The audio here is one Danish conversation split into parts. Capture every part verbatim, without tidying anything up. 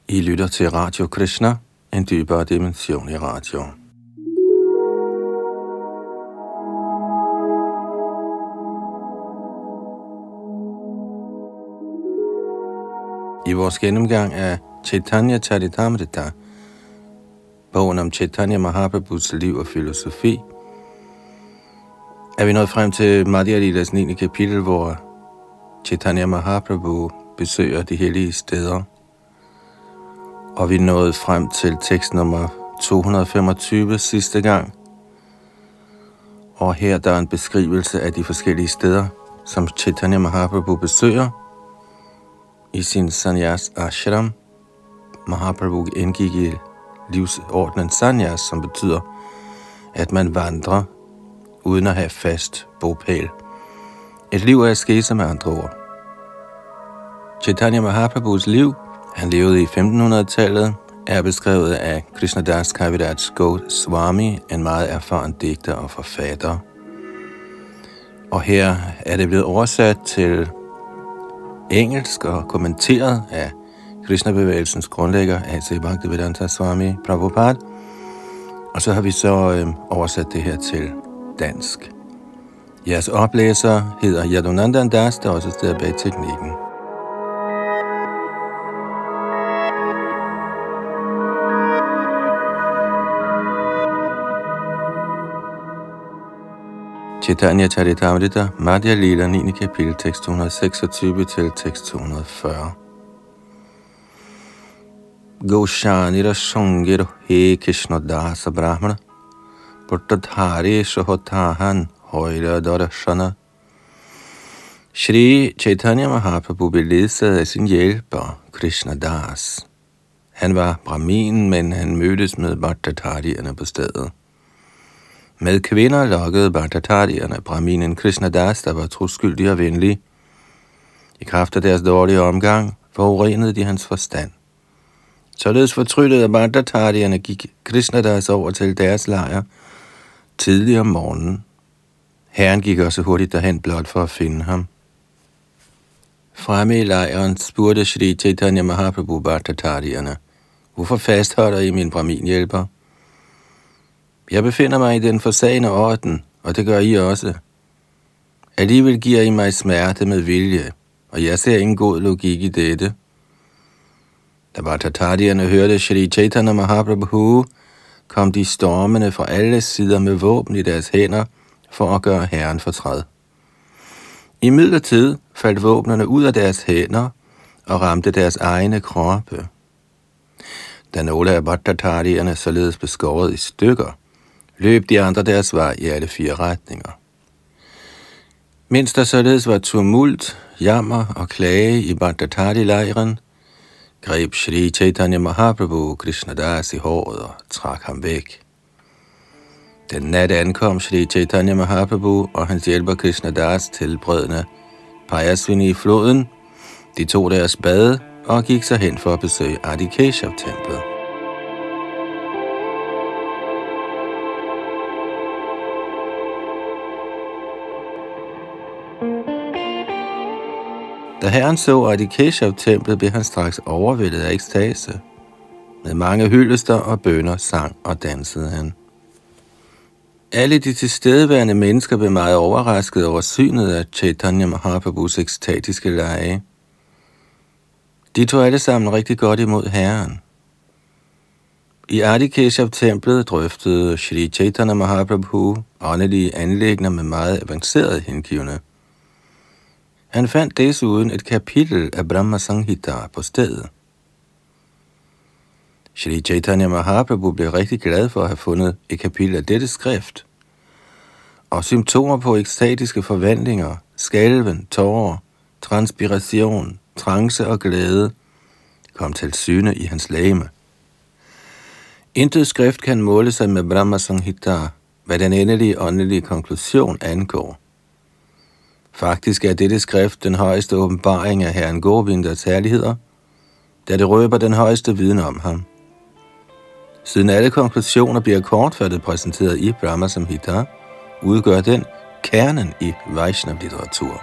I lytter til Radio Krishna, en dybere dimension i radio. I vores gennemgang af Chaitanya Charitamrita, bogen om Chaitanya Mahaprabhus liv og filosofi, er vi nået frem til Madhya Lilas niende kapitel, hvor Chaitanya Mahaprabhu besøger de hellige steder. Og vi nåede frem til tekst nummer to hundrede femogtyve sidste gang. Og her der er en beskrivelse af de forskellige steder, som Chaitanya Mahaprabhu besøger i sin sannyas ashram. Mahaprabhu indgik i livsordnen sannyas, som betyder, at man vandrer uden at have fast bopæl. Et liv af askese med andre ord. Chaitanya Mahaprabhus liv, han levede i femtenhundredetallet, er beskrevet af Krishnadas Kaviraj Goswami, en meget erfaren digter og forfatter. Og her er det blevet oversat til engelsk og kommenteret af Krishna-bevægelsens grundlægger, A C Bhaktivedanta Swami Prabhupada. Og så har vi så øh, oversat det her til dansk. Jeres oplæser hedder Yadunandan Das, der også stedet bag teknikken. Chaitanya Charitamrita, Madhya Lila, niende kapitel, tekst to hundrede seksogtyve til tekst to hundrede fyrre. Goshanira Shangiro He Krishna Dasa Brahmana Purtadhari Shohotahan Højre Darashana. Shri Chaitanya Mahaprabhu blev ledsaget af sin hjælper, Krishna Das. Han var brahmin, men han mødtes med Bhattacharyaerne på stedet. Med kvinder lokkede Bhattacharyaerne brahminen Krishna Das, der var troskyldig og venlig. I kraft af deres dårlige omgang forurenede de hans forstand. Således fortryllede af Bhattacharyaerne gik Krishna Das over til deres lejr tidlig om morgenen. Herren gik også hurtigt derhen blot for at finde ham. Fremme i lejren spurgte Shri Chaitanya Mahaprabhu Bhattacharyaerne: Hvorfor fastholder I min brahminhjælper? Jeg befinder mig i den forsagende orden, og det gør I også. Alligevel giver I mig smerte med vilje, og jeg ser ingen god logik i dette. Da Bhattacharyaerne hørte Shri Chaitanya Mahaprabhu, kom de stormende fra alle sider med våben i deres hænder for at gøre herren fortræd. I midlertid faldt våbnerne ud af deres hænder og ramte deres egne kroppe. Da nogle af Bhattacharyaerne således blev skåret i stykker, løb de andre deres vej i alle fire retninger. Mens der således var tumult, jammer og klage i Bhattacharya-lejren, greb Shri Chaitanya Mahaprabhu Krishna Das i håret og trak ham væk. Den nat ankom Shri Chaitanya Mahaprabhu og hans hjælper Krishna Das til brødrene Payasvini i floden. De tog deres bad og gik sig hen for at besøge Adi Keshav-templet. Da herren så Adi Keshav-templet, blev han straks overvældet af ekstase. Med mange hyldester og bønner sang og dansede han. Alle de tilstedeværende mennesker blev meget overrasket over synet af Chaitanya Mahaprabhus ekstatiske lege. De tog alle sammen rigtig godt imod herren. I Adi Keshav-templet drøftede Shri Chaitanya Mahaprabhu åndelige anliggender med meget avanceret hengivne. Han fandt desuden et kapitel af Brahma Samhita på stedet. Shri Chaitanya Mahaprabhu blev rigtig glad for at have fundet et kapitel af dette skrift. Og symptomer på ekstatiske forvandlinger, skalven, tårer, transpiration, trance og glæde kom til syne i hans legeme. Intet skrift kan måle sig med Brahma Samhita, hvad den endelige åndelige konklusion angår. Faktisk er dette skrift den højeste åbenbaring af herren Govindas herligheder, da det røber den højeste viden om ham. Siden alle konklusioner bliver kortfattet præsenteret i Brahma Samhita, udgør den kernen i Vaishnav-litteratur.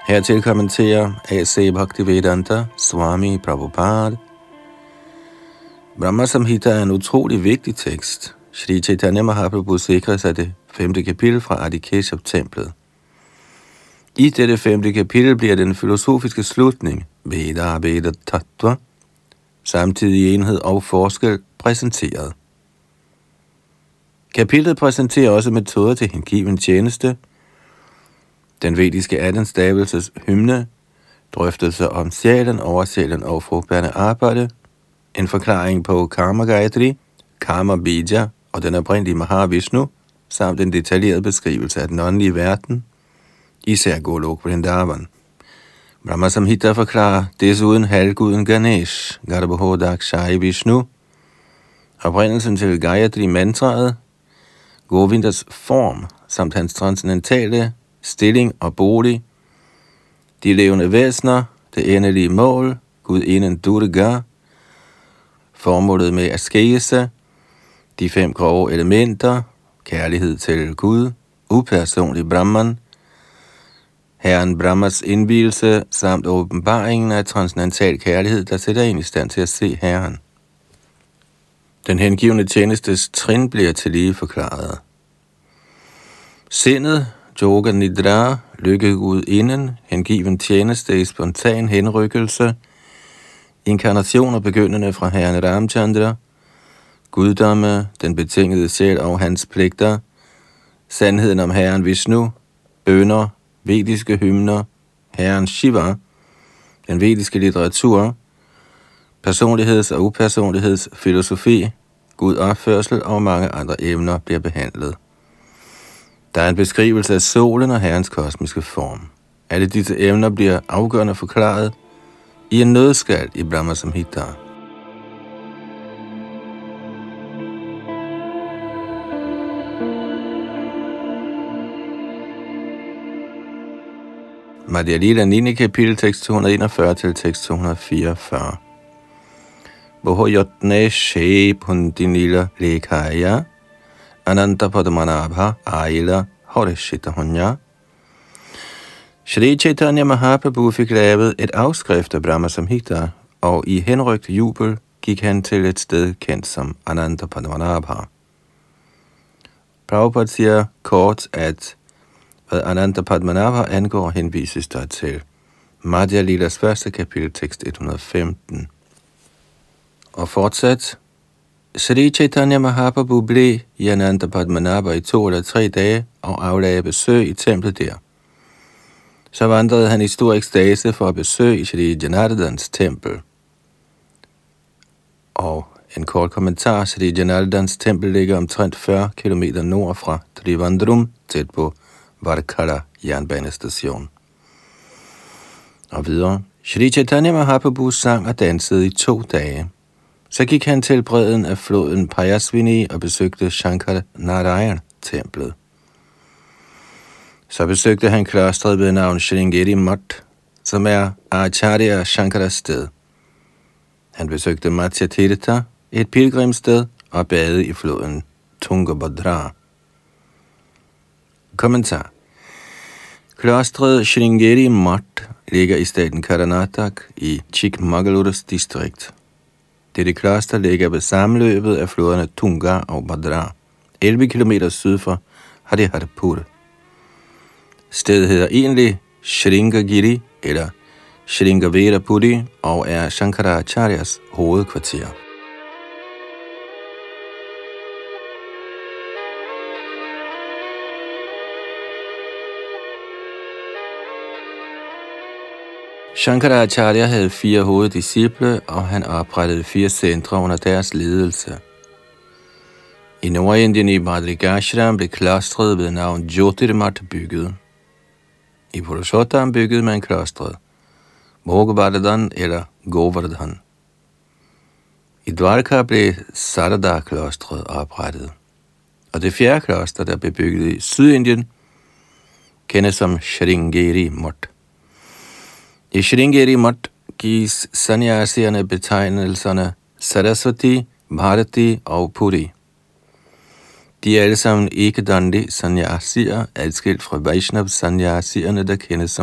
Hertil kommenterer A C Bhaktivedanta Swami Prabhupada: Brahma Samhita er en utrolig vigtig tekst. Shri Chaitanya Mahaprabhu sikrer sig det femte kapitel fra Adi Keshav-templet. I dette femte kapitel bliver den filosofiske slutning, Veda Veda Tattva, samtidig enhed og forskel, præsenteret. Kapitlet præsenterer også metoder til hengiven tjeneste, den vediske attenstavelses hymne, drøftelser om sjælen, oversjælen og frugtbærende arbejde, en forklaring på Karma Gayatri, Karma Bija og den oprindelige Mahavishnu, samt en detaljeret beskrivelse af den åndelige verden, især Golok Vrindavan. Brahma Samhita forklarer desuden halvguden Ganesh, Garbhodakshai Vishnu, oprindelsen til Gayatri-mantraet, Govindas form, samt hans transcendentale stilling og bolig, de levende væsener, det endelige mål, gudinden Durga, formålet med askese, de fem grove elementer, kærlighed til Gud, upersonlig Brahman, Herren Brahmas indvielse samt åbenbaringen af transcendental kærlighed, der sætter en i stand til at se Herren. Den hengivne tjenestes trin bliver tillige forklaret. Sindet, Yoga Nidra, lykkegud inden, hengiven tjeneste i spontan henrykkelse, inkarnationer begyndende fra Herren Ramchandra, guddomme, den betingede sjæl og hans pligter, sandheden om Herren Vishnu, bønner, vediske hymner, Herren Shiva, den vediske litteratur, personligheds- og upersonlighedsfilosofi, Gud opførsel og mange andre emner bliver behandlet. Der er en beskrivelse af solen og Herrens kosmiske form. Alle disse emner bliver afgørende forklaret i en nødskal i Brahma Samhita. Madhya Lila niende kapitel, tekst to hundrede og enogfyrre til tekst to hundrede og fireogfyrre. Bohoyotne she pundinila lekaya ananta padmanabha aila horeshitahonya. Shri Chaitanya Mahaprabhu fik lavet et afskrift af Brahma Samhita, og i henrygt jubel gik han til et sted kendt som Ananta Padmanabha. Prabhupada siger kort, at hvad Ananta Padmanabha angår, henvises der til Madhya Lilas første kapitel, tekst et hundrede og femten. Og fortsat, Shri Chaitanya Mahaprabhu blev i Ananta Padmanabha i to eller tre dage og aflagde besøg i templet der. Så vandrede han i stor ekstase for at besøge Shri Janardans tempel. Og en kort kommentar, Shri Janardans tempel ligger omtrent fyrre kilometer nord fra Trivandrum, tæt på Varkala jernbanestation. Og videre, Shri Chaitanya Mahaprabhu sang og dansede i to dage. Så gik han til bredden af floden Payasvini og besøgte Shankar Narayan-templet. Så besøgte han klostret ved navn Sringeri Mutt, som er Acharya Shankaras sted. Han besøgte Matsya Tirtha, et pilgrimssted, og badede i floden Tungabhadra. Kommentar. Klostret Sringeri Mutt ligger i staten Karnataka i Chikmagalurs distrikt. Dette kloster ligger ved sammenløbet af floderne Tunga og Bhadra, elleve kilometer syd for Hariharpur. Stedet hedder egentlig Sringagiri eller Sringaverapuri og er Shankaracharyas hovedkvarter. Shankaracharya havde fire hoveddisciple, og han oprettede fire centre under deres ledelse. I Nordindien i Madrigashram blev klostret ved navn Jyotirmat bygget. I Purushottam byggede man klostret Bhogavardhan eller Govardhan. I Dwarka blev Sarada-klostret oprettet. Og det fjerde kloster, der blev bygget i Sydindien, kendes som Sringeri Mutt. I Sringeri Mutt gives sannyasierne betegnelserne Saraswati, Bharati og Puri. De er alle sammen ikke-dandi sannyasier, adskilt fra Vaishnav sannyasierne, der kendes som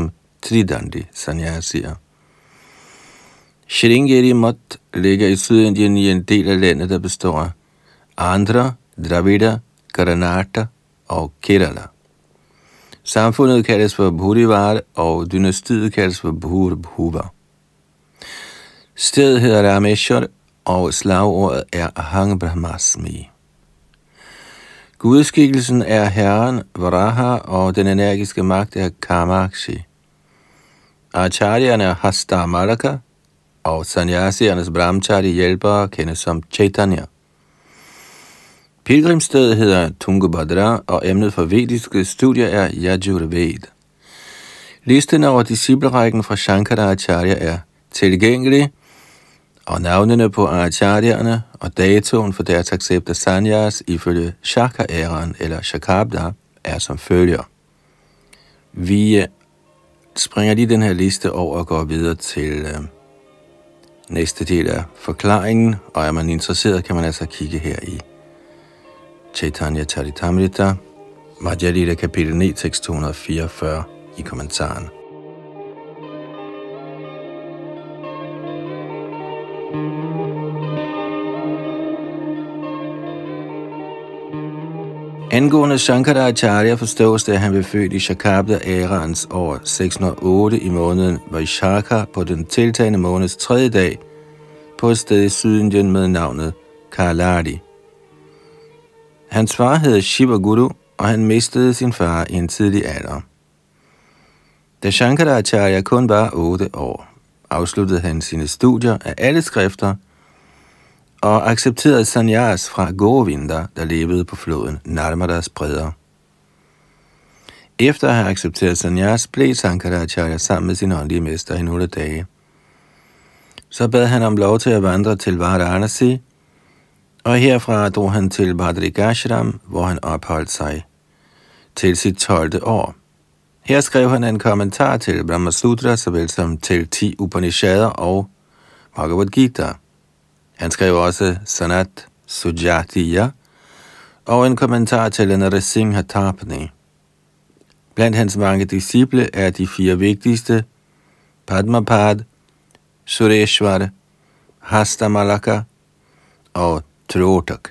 Tridandi sannyasier. Sringeri Mutt ligger i Sydindien i en del af landet, der består af Andhra, Dravida, Karnataka og Kerala. Samfundet kaldes for Bhurivar, og dynastiet kaldes for Bhurbhuva. Stedet hedder Rameshwar, og slagordet er Aham Brahmasmi. Gudskikkelsen er herren Varaha, og den energiske magt er Kamakshi. Acharyerne er Hasta Malaka, og sannyasiernes brahmachari hjælpere kendes som Chaitanya. Pilgrimsstedet hedder Tungabhadra, og emnet for vediske studier er Yajurved. Listen over disciplerækken fra Shankaracharya er tilgængelig, og navnene på acharyerne og datoen for deres accept af sannyas ifølge Shaka-æraen eller Shakabda er som følger. Vi springer lige den her liste over og går videre til øh, næste del af forklaringen, og er man interesseret, kan man altså kigge her i Chaitanya Charitamrita, Madhya Lila kapitel ni, tekst to hundrede og fireogfyrre i kommentaren. Angående Shankaracharya forstås det, at han blev født i Shakabda-æraens år seks hundrede og otte i måneden Vaishakha på den tiltagende måneds tredje dag på et sted i Sydindien med navnet Kaladi. Hans far hed Shiva Guru, og han mistede sin far i en tidlig alder. Da Shankaracharya kun var otte år, afsluttede han sine studier af alle skrifter og accepterede sannyas fra Govinda, der levede på floden Narmadas bredder. Efter at have accepteret sannyas, blev Shankaracharya sammen med sin åndelige mester i nogle dage. Så bad han om lov til at vandre til Varanasi, og herfra drog han til Badrikashram, hvor han opholdt sig til sit tolvte år. Her skrev han en kommentar til Brahma Sutra, såvel som til ti Upanishader og Bhagavad Gita. Han skrev også Sanat Sujatiya og en kommentar til Narasimha Tapani. Blandt hans mange disciple er de fire vigtigste Padmapad, Sureshwar, Hastamalaka og Trotak.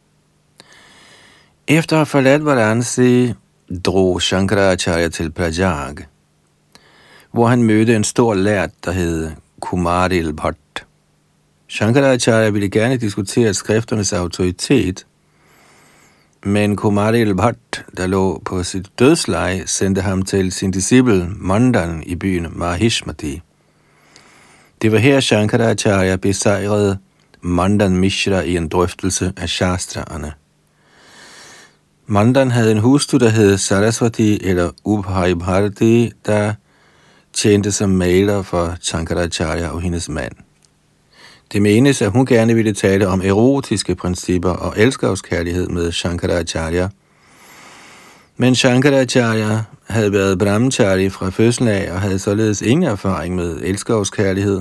Efter at have forladt Varanasi, drog Shankaracharya til Prajag, hvor han mødte en stor lærd, der hed Kumaril Bhatt. Shankaracharya ville gerne diskutere skrifternes autoritet, men Kumaril Bhatt, der lå på sit dødsleje, sendte ham til sin disciple Mandan i byen Mahishmati. Det var her Shankaracharya besejrede Mandan Mishra i en drøftelse af shastraerne. Mandan havde en hustru, der hed Saraswati eller Ubhai Bharati, der tjente som maler for Shankaracharya og hendes mand. Det menes, at hun gerne ville tale om erotiske principper og elskovskærlighed med Shankaracharya. Men Shankaracharya havde været brahmachari fra fødslen af og havde således ingen erfaring med elskovskærlighed.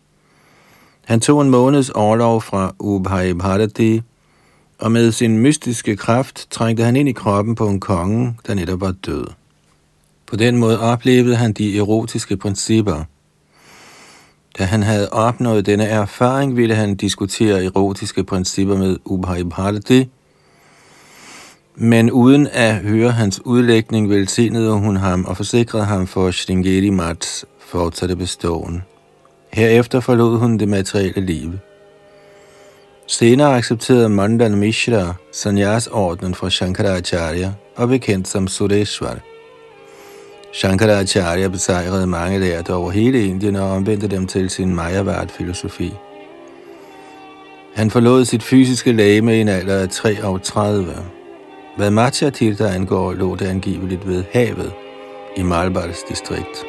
Han tog en måneds orlov fra Ubhai Bharati, og med sin mystiske kraft trængte han ind i kroppen på en konge, der netop var død. På den måde oplevede han de erotiske principper. Da han havde opnået denne erfaring, ville han diskutere erotiske principper med Ubhai Bharati, men uden at høre hans udlægning velsignede hun ham og forsikrede ham for Sringeri Mats fortsatte beståen. Herefter forlod hun det materielle liv. Senere accepterede Mandan Mishra sannyas-ordnen fra Shankaracharya og blev kendt som Sureshwar. Shankaracharya besejrede mange lærte over hele Indien og omvendte dem til sin Mayavad-filosofi. Han forlod sit fysiske legeme i en alder af treogtredive. Hvad Madhya Tirtha angår, lå det angiveligt ved havet i Malbars distrikt.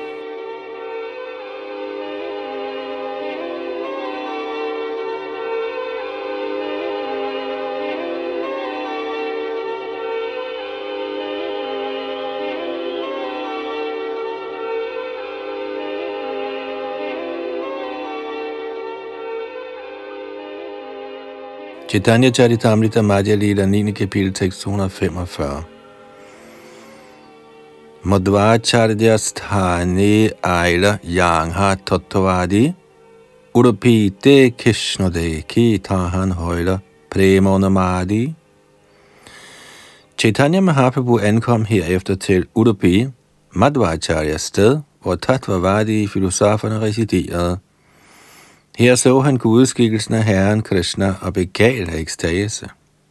Chaitanya Charitamrita Madhya Lila niende kapitel tekst to hundrede og femogfyrre. Madhvacharya sthane aila yangha tattvadi Udupi de Krishna de ki tahan højler premonamadi. Chaitanya Mahaprabhu ankom herefter til Udupi, Madhvacharyas sted, hvor Tattvavadi filosoferne residerede. Her så han gudskikkelsen af Herren Krishna og blev gal af ekstase.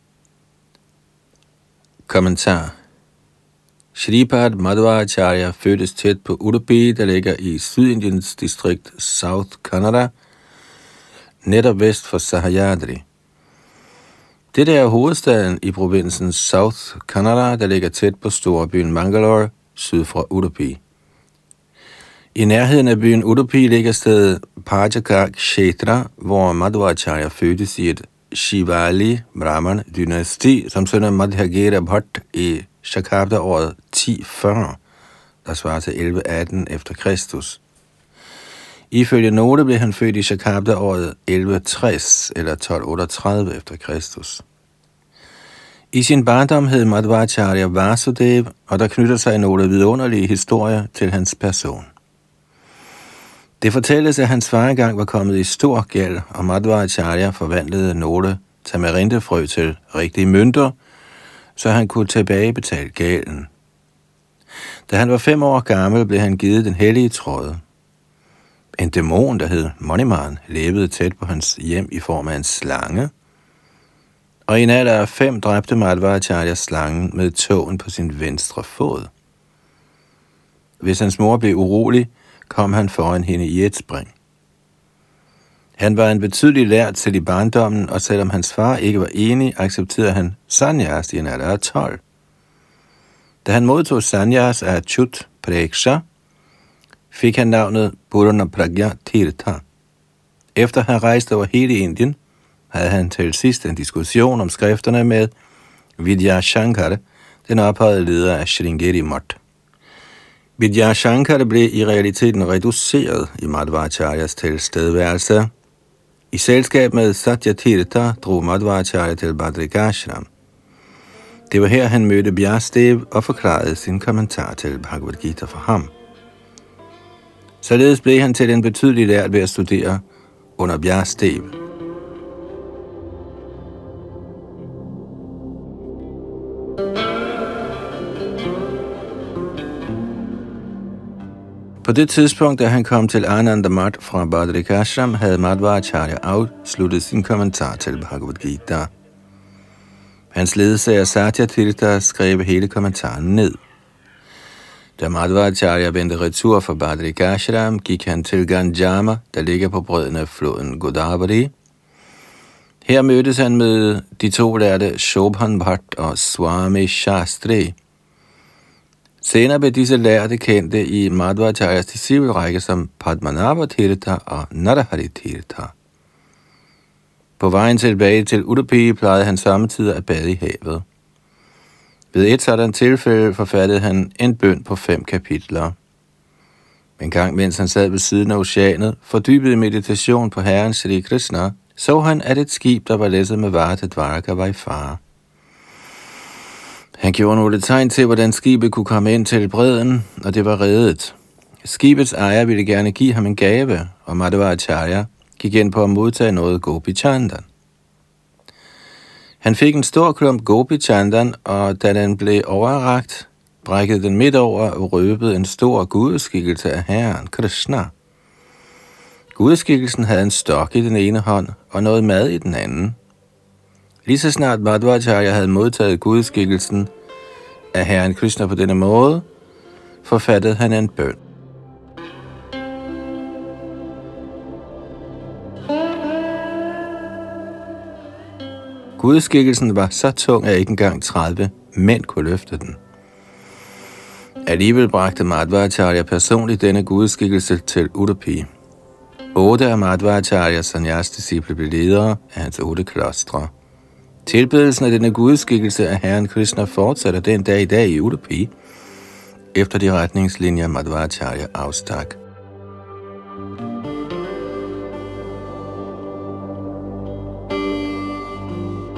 Kommentar. Shripad Madhvacharya fødtes tæt på Udupi, der ligger i Sydindiens distrikt South Kannada, netop vest for Sahyadri. Dette er hovedstaden i provinsen South Kannada, der ligger tæt på storbyen Mangalore, syd for Udupi. I nærheden af byen Udupi ligger stedet Pajaka Kshetra, hvor Madhvacharya fødtes i et Shivali Brahman dynasti som søn af Madhyagera Bhatt i Shakabda-året ti fyrre, der svarer til elleve atten efter Kristus. Ifølge note blev han født i Shakabda-året elleve tres eller tolv otteogtredive efter Kristus. I sin barndom hed Madhvacharya Vasudev, og der knytter sig nogle vidunderlige historier til hans person. Det fortælles, at hans far engang var kommet i stor gæld, og Madhvacharya forvandlede nogle tamarindefrø til rigtige mønter, så han kunne tilbagebetale gælden. Da han var fem år gammel, blev han givet den hellige tråd. En dæmon, der hed Moniman, levede tæt på hans hjem i form af en slange, og i en alder af fem dræbte Madhvacharya slangen med tåen på sin venstre fod. Hvis hans mor blev urolig, kom han foran hende i et spring. Han var en betydelig lært til i barndommen, og selvom hans far ikke var enig, accepterede han sannyas i en alder af tolv. Da han modtog sannyas af Achyut Preksha, fik han navnet Purana Pragya Tirtha. Efter at have rejst over hele Indien, havde han til sidst en diskussion om skrifterne med Vidyashankar, den ophøjede leder af Sringeri Mutt. Vidyashankar blev i realiteten reduceret i Madhvacharyas tilstedeværelse. I selskab med Satyatirtha drog Madhvacharya til Badrikashram. Det var her, han mødte Vyasadeva og forklarede sin kommentar til Bhagavad Gita for ham. Således blev han til en betydelig lært ved at studere under Vyasadeva. På det tidspunkt, da han kom til Ananda Math fra Badrikashram, havde Madhvacharya afsluttet sin kommentar til Bhagavad Gita. Hans ledsager Satyatirtha skrev hele kommentaren ned. Da Madhvacharya vendte retur fra Badrikashram, gik han til Ganjama, der ligger på bredden af floden Godavari. Her mødtes han med de to lærte Shobhan Bhatt og Swami Shastri. Senere blev disse lærte kendte i Madhvacharyas disciplerække som Padmanabha Tirtha og Narahari Tirtha. På vejen tilbage til Udupi plejede han samtidig at bade i havet. Ved et sådan tilfælde forfattede han en bøn på fem kapitler. En gang, mens han sad ved siden af oceanet, fordybet i meditation på Herren Shri Krishna, så han, at et skib, der var læsset med varer til Dvaraka, var i fare. Han gjorde nogle tegn til, hvordan skibet kunne komme ind til bredden, og det var reddet. Skibets ejer ville gerne give ham en gave, og Madhvacharya gik ind på at modtage noget Gopi Chandan. Han fik en stor klump Gopi Chandan, og da den blev overrakt, brækkede den midt over og røbede en stor gudskikkelse af Herren Krishna. Gudskikkelsen havde en stok i den ene hånd og noget mad i den anden. Lige så snart Madhvacharya havde modtaget gudskikkelsen af Herren Krishna på denne måde, forfattede han en bøn. Gudskikkelsen var så tung, at ikke engang tredive mænd kunne løfte den. Alligevel bragte Madhvacharya personligt denne gudskikkelse til Udupi. Otte af Madhvacharyas sannyas-disciple blev ledere af hans otte klostre. Tilbedelsen af denne gudskikkelse af Herren Krishna fortsætter den dag i dag i Udupi, efter de retningslinjer Madhvacharya afstak.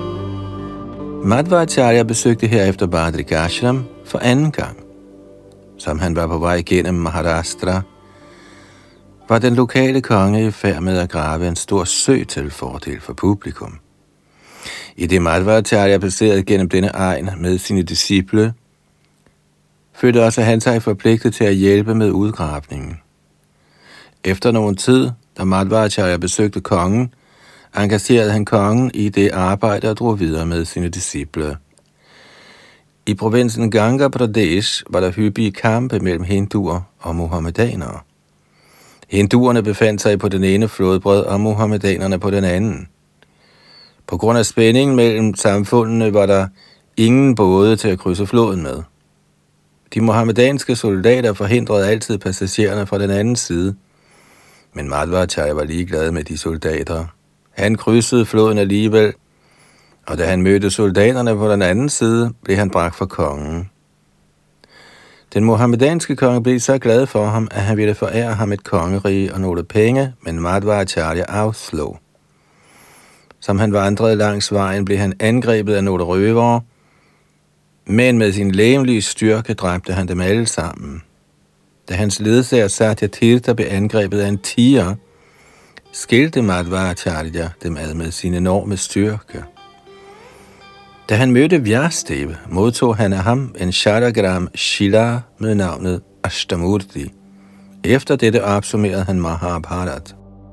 Madhvacharya besøgte herefter Badrikashram for anden gang. som han var på vej gennem Maharashtra, var den lokale konge i færd med at grave en stor sø til fordel for publikum. I det Madhvacharya passerede gennem denne egen med sine disciple, følte også han sig forpligtet til at hjælpe med udgravningen. Efter nogen tid, da Madhvacharya besøgte kongen, engagerede han kongen i det arbejde og drog videre med sine disciple. I provinsen Ganga Pradesh var der hyppige kampe mellem hinduer og muhammedanere. Hinduerne befandt sig på den ene flodbred og muhammedanerne på den anden. På grund af spændingen mellem samfundene var der ingen både til at krydse floden med. De muhammedanske soldater forhindrede altid passagererne fra den anden side, men Madhvacharya var ligeglad med de soldater. Han krydsede floden alligevel, og da han mødte soldaterne på den anden side, blev han bragt for kongen. Den muhammedanske konge blev så glad for ham, at han ville forære ham et kongerige og nogle penge, men Madhvacharya afslog. Som han vandrede langs vejen, blev han angrebet af nogle røvere, men med sin legemlige styrke dræbte han dem alle sammen. Da hans ledsager Satyatirtha blev angrebet af en tiger, skilte Madhvacharya dem ad med sin enorme styrke. Da han mødte Vyasdeva, modtog han af ham en shadagram shila med navnet Ashtamurti. Efter dette opsummerede han Mahabharat.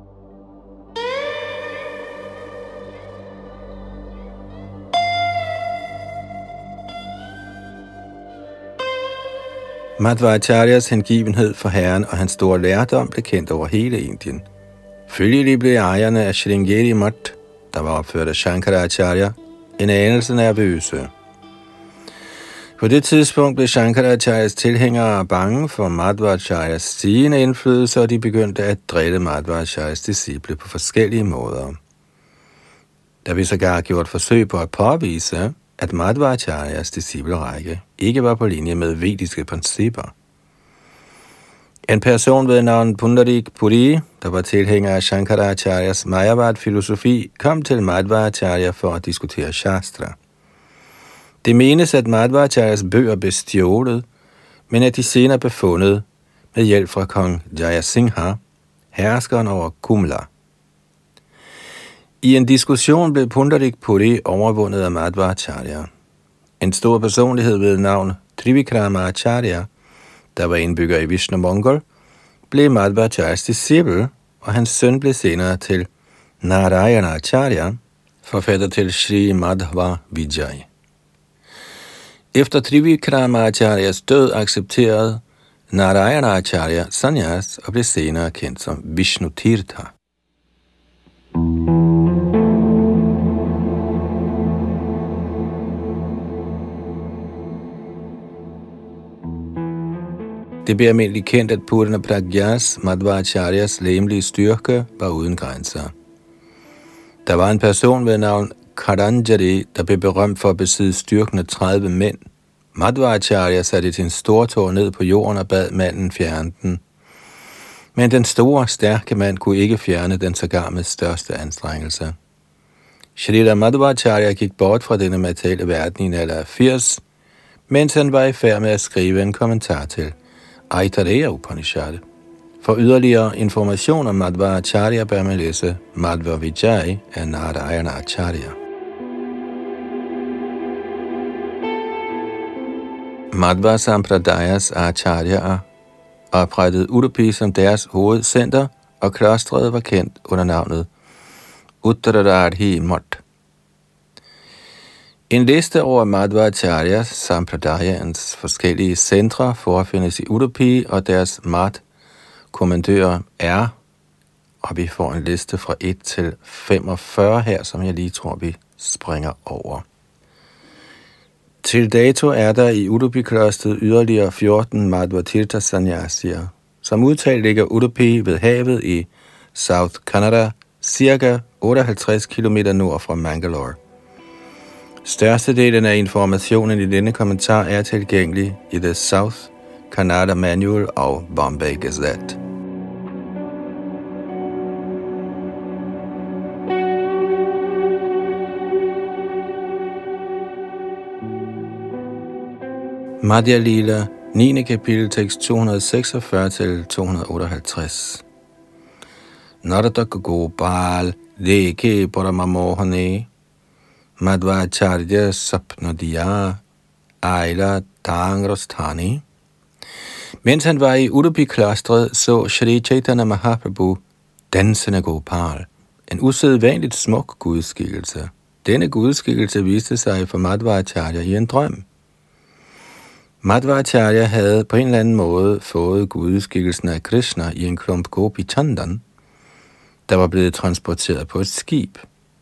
Madhvacharyas hengivenhed for Herren og hans store lærdom blev kendt over hele Indien. Følgelig blev ejerne af Sringeri Mutt, der var opført af Shankaracharya, en anelse nervøse. På det tidspunkt blev Shankaracharyas tilhængere bange for Madhvacharyas stigende indflydelse, og de begyndte at drille Madhvacharyas disciple på forskellige måder. Der blev sågar gjort forsøg på at påvise, at Madhvacharyas disciplerække ikke var på linje med vediske principper. En person ved navn Pundarik Puri, der var tilhænger af Shankaracharyas Mayavad-filosofi, kom til Madhvacharya for at diskutere Shastra. Det menes, at Madhvacharyas bøger blev stjålet, men at de senere blev fundet med hjælp fra kong Jayasingha, herskeren over Kumla. I en diskussion blev Pundarik Puri overvundet af Madhvacharya. En stor personlighed ved navn Trivikramacharya, der var indbygger i Vishnu Mongol, blev Madhvacharyas disciple, og hans søn blev senere til Narayanacharya, forfatter til Sri Madhva Vijay. Efter Trivikramacharyas død accepterede Narayanacharya sannyas og blev senere kendt som Vishnutirtha. Det blev almindeligt kendt, at Purna Pragyas, Madhvacharyas legemlige styrke, var uden grænser. Der var en person ved navn Karanjari, der blev berømt for at besidde styrken af tredive mænd. Madhvacharya satte sin stortår ned på jorden og bad manden fjerne den. Men den store, stærke mand kunne ikke fjerne den sågar med største anstrengelse. Shrila Madhvacharya gik bort fra denne materielle verden i en alder af firs, mens han var i færd med at skrive en kommentar til Aitareya Upanishad. For yderligere information om Madhvacharya bør man læse Madhva Vijay af Narayanacharya. Madhva Sampradayas acharyaer oprettede Udupi som deres hovedcenter, og klostret var kendt under navnet Uttaradhi Mutt. En liste over Madhvacharyas Sampradayaens forskellige centre forefindes i Udupi, og deres mat-kommandører er, og vi får en liste fra et til femogfyrre her, som jeg lige tror, vi springer over. Til dato er der i Udupi-klostret yderligere fjorten Madhvatirtha sannyasier. Som udtalt ligger Udupi ved havet i South Canada, cirka otteoghalvtreds kilometer nord fra Mangalore. Størstedelen af informationen i denne kommentar er tilgængelig i The South Canada Manual og Bombay Gazette. Madhya Lila niende kapitel, tekst to hundrede seksogfyrre til to hundrede otteoghalvtreds. Narada Gopal Deke Paramamohane Madhvacharya Sapnadiya Aila Tangrasthani. Mens han var i Udupi-klostret, så Shri Chaitanya Mahaprabhu dansende Gopal, en usædvanligt smuk gudskikkelse. Denne gudskikkelse viste sig for Madhvacharya i en drøm. Madhvacharya havde på en eller anden måde fået gudskikkelsen af Krishna i en klump Gopi Chandan, der var blevet transporteret på et skib.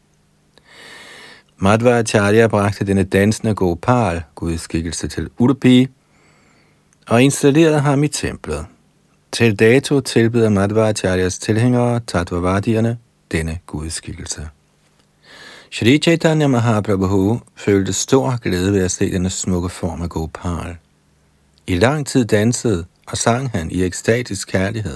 Madhvacharya bragte denne dansende Gopal gudskikkelse til Udupi og installerede ham i templet. Til dato tilbeder Madhvacharyas tilhængere, Tattvavadierne, denne gudskikkelse. Shri Chaitanya Mahaprabhu følte stor glæde ved at se denne smukke form af Gopal. I lang tid dansede og sang han i ekstatisk kærlighed.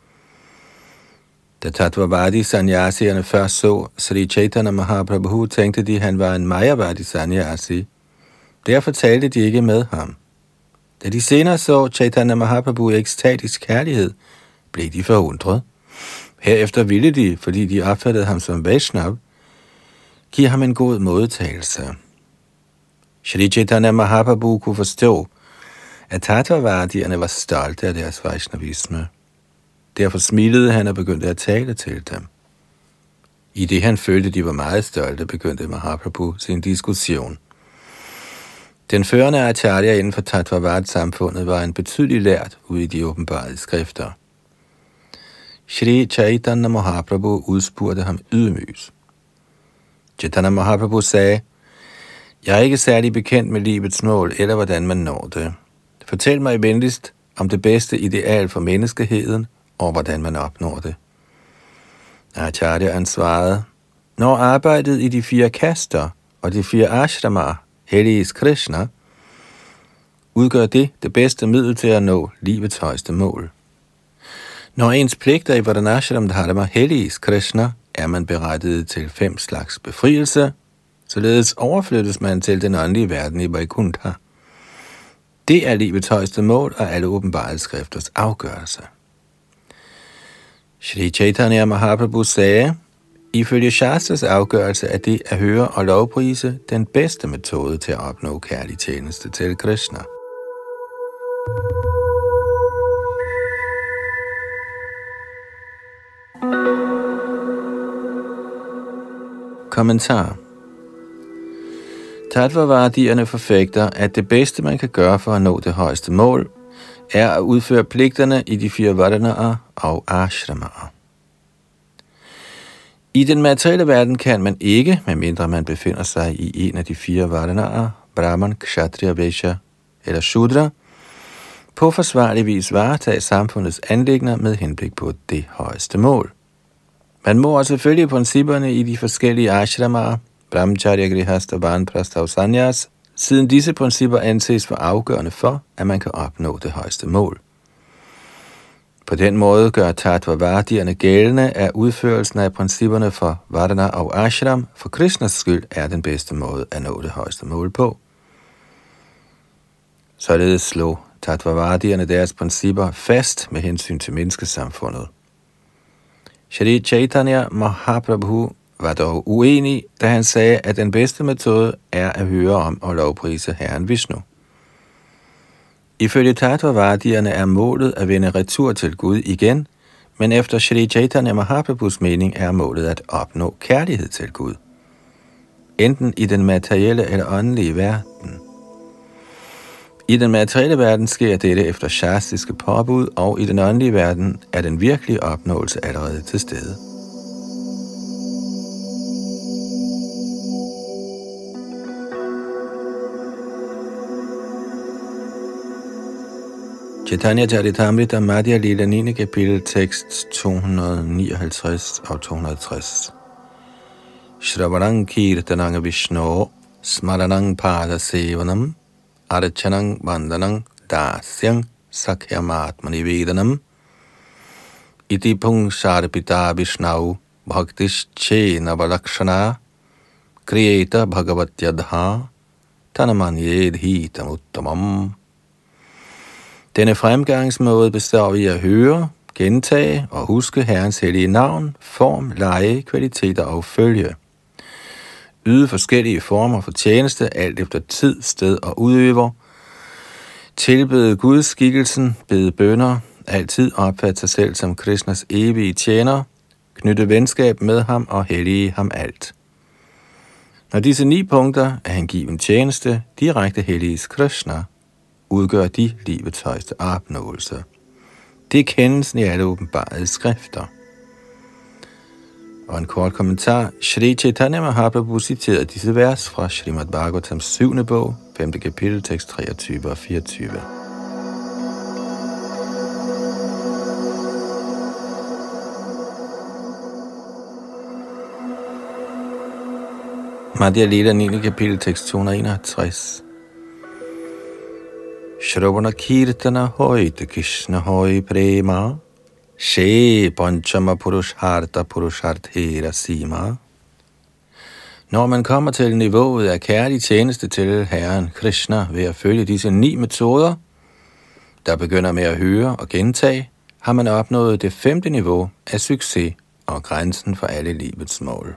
Da Tattvavadi sannyasierne først så Shri Chaitanya Mahaprabhu, tænkte de, at han var en Mayavadi sannyasi. Derfor talte de ikke med ham. Da de senere så Chaitanya Mahaprabhu i ekstatisk kærlighed, blev de forundret. Herefter ville de, fordi de opfattede ham som Vaishnav, give ham en god modtagelse. Shri Chaitanya Mahaprabhu kunne forstå, at Tattvavadierne var stolte af deres Vaishnavisme. Derfor smilede han og begyndte at tale til dem. I det han følte, de var meget stolte, begyndte Mahaprabhu sin diskussion. Den førende acharya inden for Tattvavad-samfundet var en betydelig lært ude i de åbenbarede skrifter. Shri Chaitanya Mahaprabhu udspurgte ham ydmygt. Chaitanya Mahaprabhu sagde, jeg er ikke særlig bekendt med livets mål, eller hvordan man når det. Fortæl mig venligst om det bedste ideal for menneskeheden, og hvordan man opnår det. Acharya svarede, når arbejdet i de fire kaster og de fire ashramaer helliges Krishna, udgør det det bedste middel til at nå livets højeste mål. Når ens pligter i Vardanashram dharma helliges Krishna, er man berettiget til fem slags befrielse, således overflyttes man til den åndelige verden i Vaikuntha. Det er livets højeste mål og alle åbenbarede skrifters afgørelse. Shri Chaitanya Mahaprabhu sagde, ifølge Shastras afgørelse er det at høre og lovprise den bedste metode til at opnå kærlig tjeneste til Krishna. Kommentar. Tattvavadierne forfægter, at det bedste man kan gøre for at nå det højeste mål, er at udføre pligterne i de fire vardhanaer og ashramaer. I den materielle verden kan man ikke, medmindre man befinder sig i en af de fire vardhanaer, Brahman, Kshatriya, Vaishya eller Shudra, på forsvarlig vis varetage samfundets anliggender med henblik på det højeste mål. Man må også følge principperne i de forskellige ashramaer, Brahmacharya, Grihastha, Vanaprastha og Sannyas, siden disse principper anses for afgørende for, at man kan opnå det højeste mål. På den måde gør Tattvavadierne gældende, at udførelsen af principperne for Vardhana og Ashram for Krishnas skyld er den bedste måde at nå det højeste mål på. Således slog Tattvavadierne deres principper fast med hensyn til menneskesamfundet. Shri Chaitanya Mahaprabhu var dog uenig, da han sagde, at den bedste metode er at høre om og lovprise Herren Vishnu. Ifølge Tattvavadierne er målet at vende retur til Gud igen, men efter Shri Chaitanya Mahaprabhus mening er målet at opnå kærlighed til Gud, enten i den materielle eller åndelige verden. I den materielle verden sker dette efter shastiske påbud, og i den åndelige verden er den virkelige opnåelse allerede til stede. Chaitanya Charitamrita Madhya Lila niende kapitel tekst to hundrede nioghalvtreds og to hundrede tres. Shravanang kirtanang Vishnu smaranang pada sevanam archanang vandanang dasyang sakyamatmani vedanam iti pung sharpita Vishnu bhaktish che navalakshana kriyeta bhagavat yadha tanamanyedhi tamuttamam. Denne fremgangsmåde består i at høre, gentage og huske Herrens hellige navn, form, leje, kvaliteter og følge. Yde forskellige former for tjeneste, alt efter tid, sted og udøver. Tilbede Guds skikkelsen, bede bønner, altid opfatte sig selv som Krishnas evige tjener, knytte venskab med ham og hellige ham alt. Når disse ni punkter af hengiven tjeneste direkte helliges Krishna, udgør de livets højeste opnåelse. Det er kendelsen i alle åbenbarede skrifter. Og en kort kommentar. Shri Chaitanya Mahaprabhu citerede disse vers fra Srimad Bhagavatams syvende bog, femte kapitel, tekst treogtyve og fireogtyve. Madhya Lila, niende kapitel, tekst to hundrede og enoghalvtreds. Shravana Kirtana Hoyte Krishna Hoy Prema She Panchama Purushartha Purusharthera Sima. Når man kommer til niveauet af kærlig tjeneste til Herren Krishna ved at følge disse ni metoder, der begynder med at høre og gentage, har man opnået det femte niveau af succes og grænsen for alle livets mål.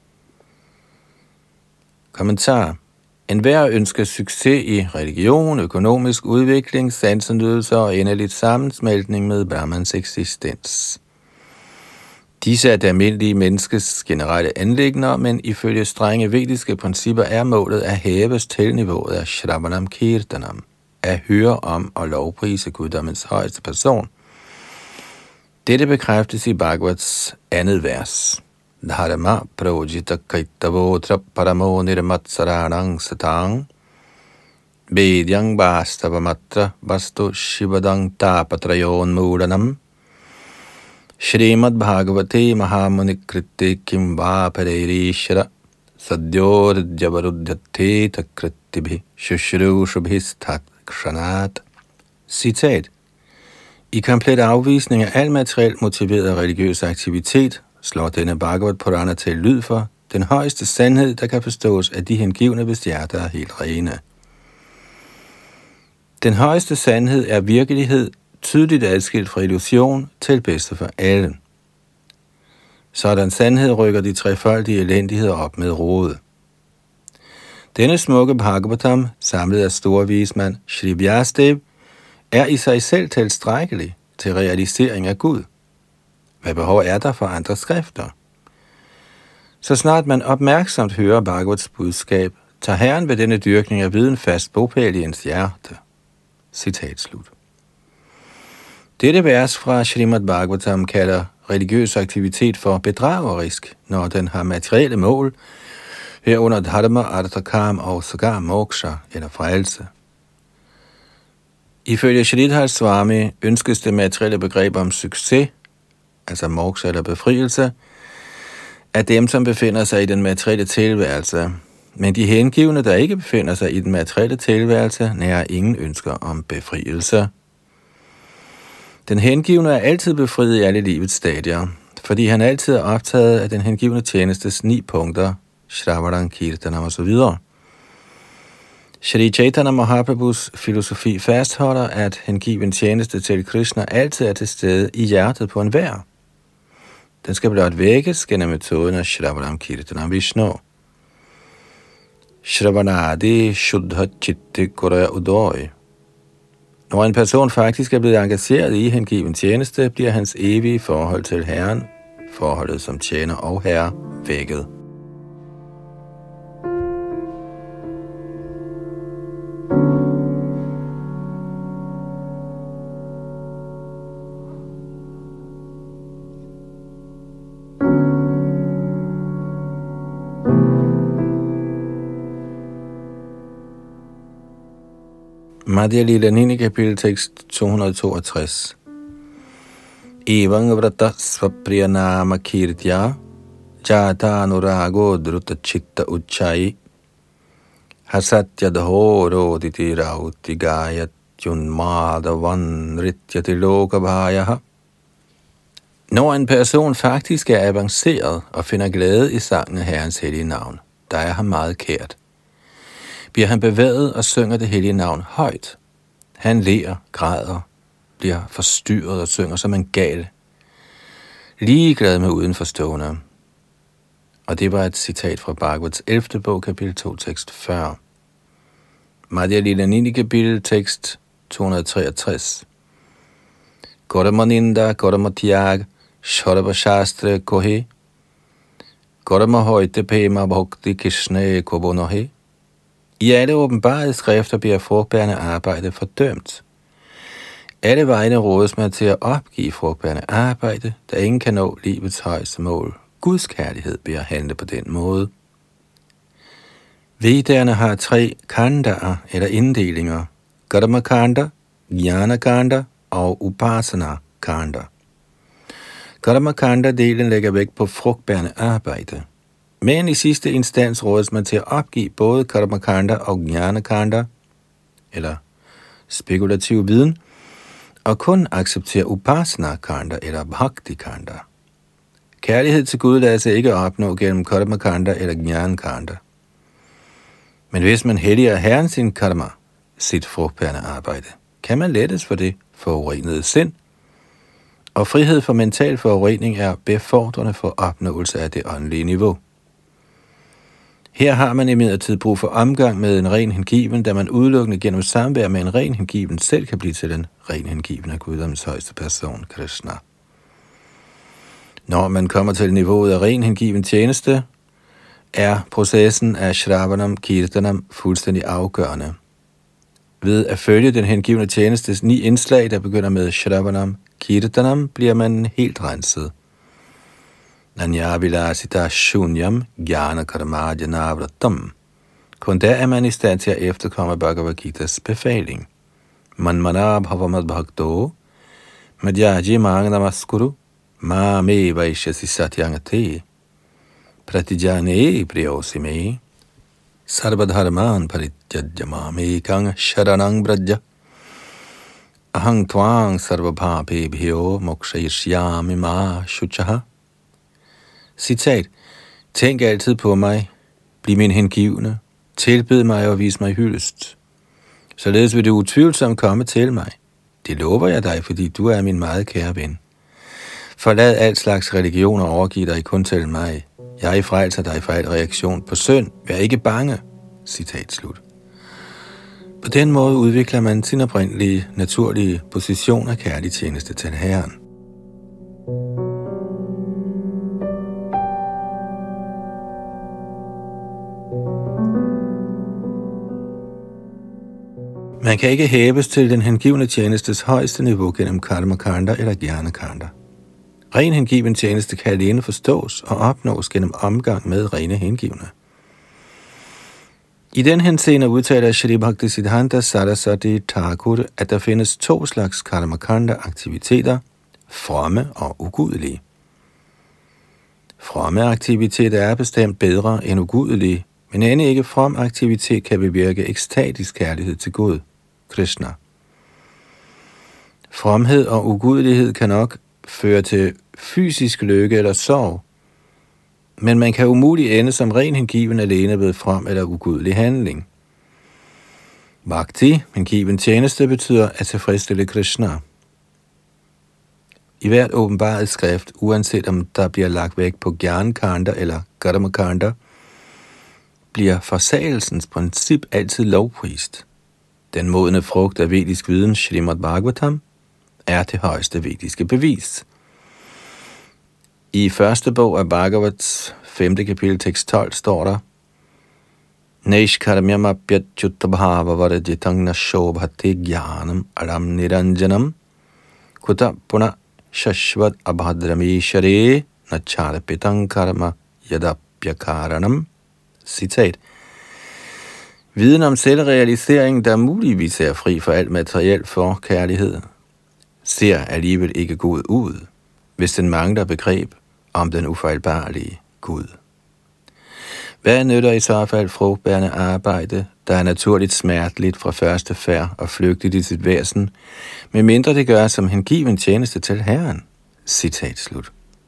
Kommentar. Enhver ønsker succes i religion, økonomisk udvikling, sansenydelse og endeligt sammensmeltning med Brahmans eksistens. Disse er det almindelige menneskes generelle anliggender, men ifølge strenge vediske principper er målet at hæves til niveauet af Shravanam Kirtanam, at høre om og lovprise guddommens højeste person. Dette bekræftes i Bhagavats andet vers. Dharma projita kaitavotra paramo nirmatsaranang satang Vedyang vastavamatra vastu shivadang tapatrayon muranam Shrimad Bhagavate Mahamunikritte kim vaparerishara Sadyoridjavarudhyate takritibhi shushrushabhistat kshanat. Citat. I komplet afvisning af al materielt motiveret religiøs aktivitet slår denne Bhagavad Purana til lyd for den højeste sandhed, der kan forstås af de hengivne, hvis hjerter er helt rene. Den højeste sandhed er virkelighed, tydeligt adskilt fra illusion, til bedste for alle. Sådan sandhed rykker de trefoldige elendigheder op med rode. Denne smukke Bhagavatam, samlet af store vismand Shri Vyasadeva, er i sig selv tilstrækkelig til realisering af Gud. Hvad behov er der for andre skrifter? Så snart man opmærksomt hører Bhagavats budskab, tager Herren ved denne dyrkning af viden fast bopæl i ens hjerte. Citat slut. Dette vers fra Srimad Bhagavatam kalder religiøs aktivitet for bedragerisk, når den har materielle mål, herunder dharma, artha, kam og sågar moksha eller frelse. Ifølge Sridhar Swami ønskes det materielle begreb om succes, altså moksha eller befrielse, af dem, som befinder sig i den materielle tilværelse. Men de hengivne, der ikke befinder sig i den materielle tilværelse, nærer ingen ønsker om befrielse. Den hengivne er altid befriet i alle livets stadier, fordi han altid er optaget af den hengivne tjenestes ni punkter, Shravanam Kirtanam osv. Shri Chaitanya Mahaprabhus filosofi fastholder, at hengiven tjeneste til Krishna altid er til stede i hjertet på enhver. Den skal blot vækkes gennem metoden af Shravanam Kirtanam Vishnu. Shravanadi Shuddha Chitte Kuraya Udoy. Når en person faktisk er blevet engageret i hengiven tjeneste, bliver hans evige forhold til Herren, forholdet som tjener og herre, vækket. Madhya Lila, niende kapitel, tekst to hundrede og toogtres. Evang vrata svapriyanama kirtya jata anurago druta chitta uchai hasatya dhoro diti rauti gayat yunmadavan rityati lokabhayaha. Når en person faktisk er avanceret og finder glæde i sangen af Herrens hellige navn, der er ham meget kært, bliver han bevæget og synger det hellige navn højt. Han ler, græder, bliver forstyrret og synger som en gal, ligeglad med udenforstående. Og det var et citat fra Bhagavats ellevte bog, kapitel to, tekst fyrre. Madhya Lila niende kapitel, tekst to hundrede og treogtres. Goramaninda, Goramatyag, Sharva Shastra Kohe, Gorama Højte Pema Bhakti Krishna Kobonohe. I alle åbenbarede skrifter bliver frugtbærende arbejde fordømt. Alle vegne rådes man til at opgive frugtbærende arbejde, da ingen kan nå livets højeste mål, Guds kærlighed, ved at handle på den måde. Vedderne har tre kandaer eller inddelinger: Karmakanda, Jnanakanda og Upasana-kanda. Karmakanda-delen lægger vægt på frugtbærende arbejde. Men i sidste instans rådes man til at opgive både Karmakanda og Jnanakanda, eller spekulativ viden, og kun acceptere Upasana-kanda eller Bhakti-kanda. Kærlighed til Gud lader sig ikke opnå gennem Karmakanda eller Jnanakanda. Men hvis man helliger Herren sin karma, sit frugtbærende arbejde, kan man lettes for det forurenede sind, og frihed for mental forurening er befordrende for opnåelse af det åndelige niveau. Her har man imidlertid brug for omgang med en ren hengiven, da man udelukkende gennem samvær med en ren hengiven selv kan blive til en ren hengiven af Guddoms højeste person, Krishna. Når man kommer til niveauet af ren hengiven tjeneste, er processen af Shravanam Kirtanam fuldstændig afgørende. Ved at følge den hengivne tjenestes ni indslag, der begynder med Shravanam Kirtanam, bliver man helt renset. Nanya vilasita shunyam jnana karmadya navratam. Kun der er man i stand til at efterkomme Bhagavad Gita's befaling. Manmana bhavamad bhakto madhyaji mang namaskuru ma me vaishyasi satyangate pratijane priyosime sarvadharman parityajya mamekang sharanang braja ahang tvang sarvabhapebhyo mokshayishyami ma shuchaha. Citat: Tænk altid på mig, bliv min hengivne, tilbed mig og vis mig hyldest. Således vil du utvivlsomt komme til mig. Det lover jeg dig, fordi du er min meget kære ven. Forlad al slags religion og overgiv dig kun til mig. Jeg frelser dig fra al reaktion på synd. Vær ikke bange. Citat slut. På den måde udvikler man sin oprindelige, naturlige position af kærlig tjeneste til Herren. Man kan ikke hæves til den hengivne tjenestes højeste niveau gennem Karmakanda eller Jnanakanda. Ren hengiven tjeneste kan alene forstås og opnås gennem omgang med rene hengivne. I den henseende udtaler Shri Bhaktisiddhanta Saraswati Thakur, at der findes to slags Karmakanda-aktiviteter, fromme og ugudelige. Fromme aktiviteter er bestemt bedre end ugudelige, men end ikke from aktivitet kan bevirke ekstatisk kærlighed til Gud, Krishna. Fromhed og ugudelighed kan nok føre til fysisk lykke eller sorg, men man kan umuligt ende som ren hengiven alene ved from eller ugudelig handling. Bhakti, hengiven tjeneste, betyder at tilfredsstille Krishna. I hvert åbenbaret skrift, uanset om der bliver lagt vægt på Jnanakanda eller Karmakanda, bliver forsagelsens princip altid lovprist. Den modne frugt af vedisk viden, Srimad Bhagavatam, er det højeste vediske bevis. I første bog af Bhagavats femte kapitel tekst tolv står der: Neishkarmyam apyachyutabhava varajitang nashobhati jnanam aram niranjanam kuta puna shashvat abhadramishare nacharapitang karma yadapyakaranam. Citat: Viden om selvrealisering, der muligvis er fri for alt materiel forkærlighed, ser alligevel ikke god ud, hvis den mangler begreb om den ufejlbarlige Gud. Hvad nytter i så fald frugtbærende arbejde, der er naturligt smerteligt fra første færd og flygtigt i sit væsen, medmindre det gør som hengiven tjeneste til Herren? Citat slut.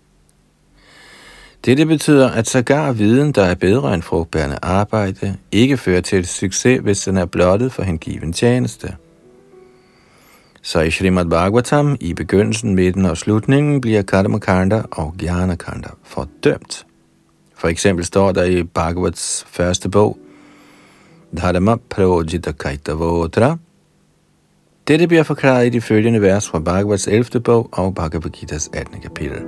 Dette betyder, at sågar viden, der er bedre end frugtbærende arbejde, ikke fører til succes, hvis den er blottet for hengiven tjeneste. Så i Srimad Bhagavatam, i begyndelsen, midten og slutningen, bliver Karmakanda og Jnanakanda fordømt. For eksempel står der i Bhagavats første bog, Dharma Projita Kaitavotra. Dette bliver forklaret i de følgende vers fra Bhagavats ellevte bog og Bhagavad Gita's attende kapitel.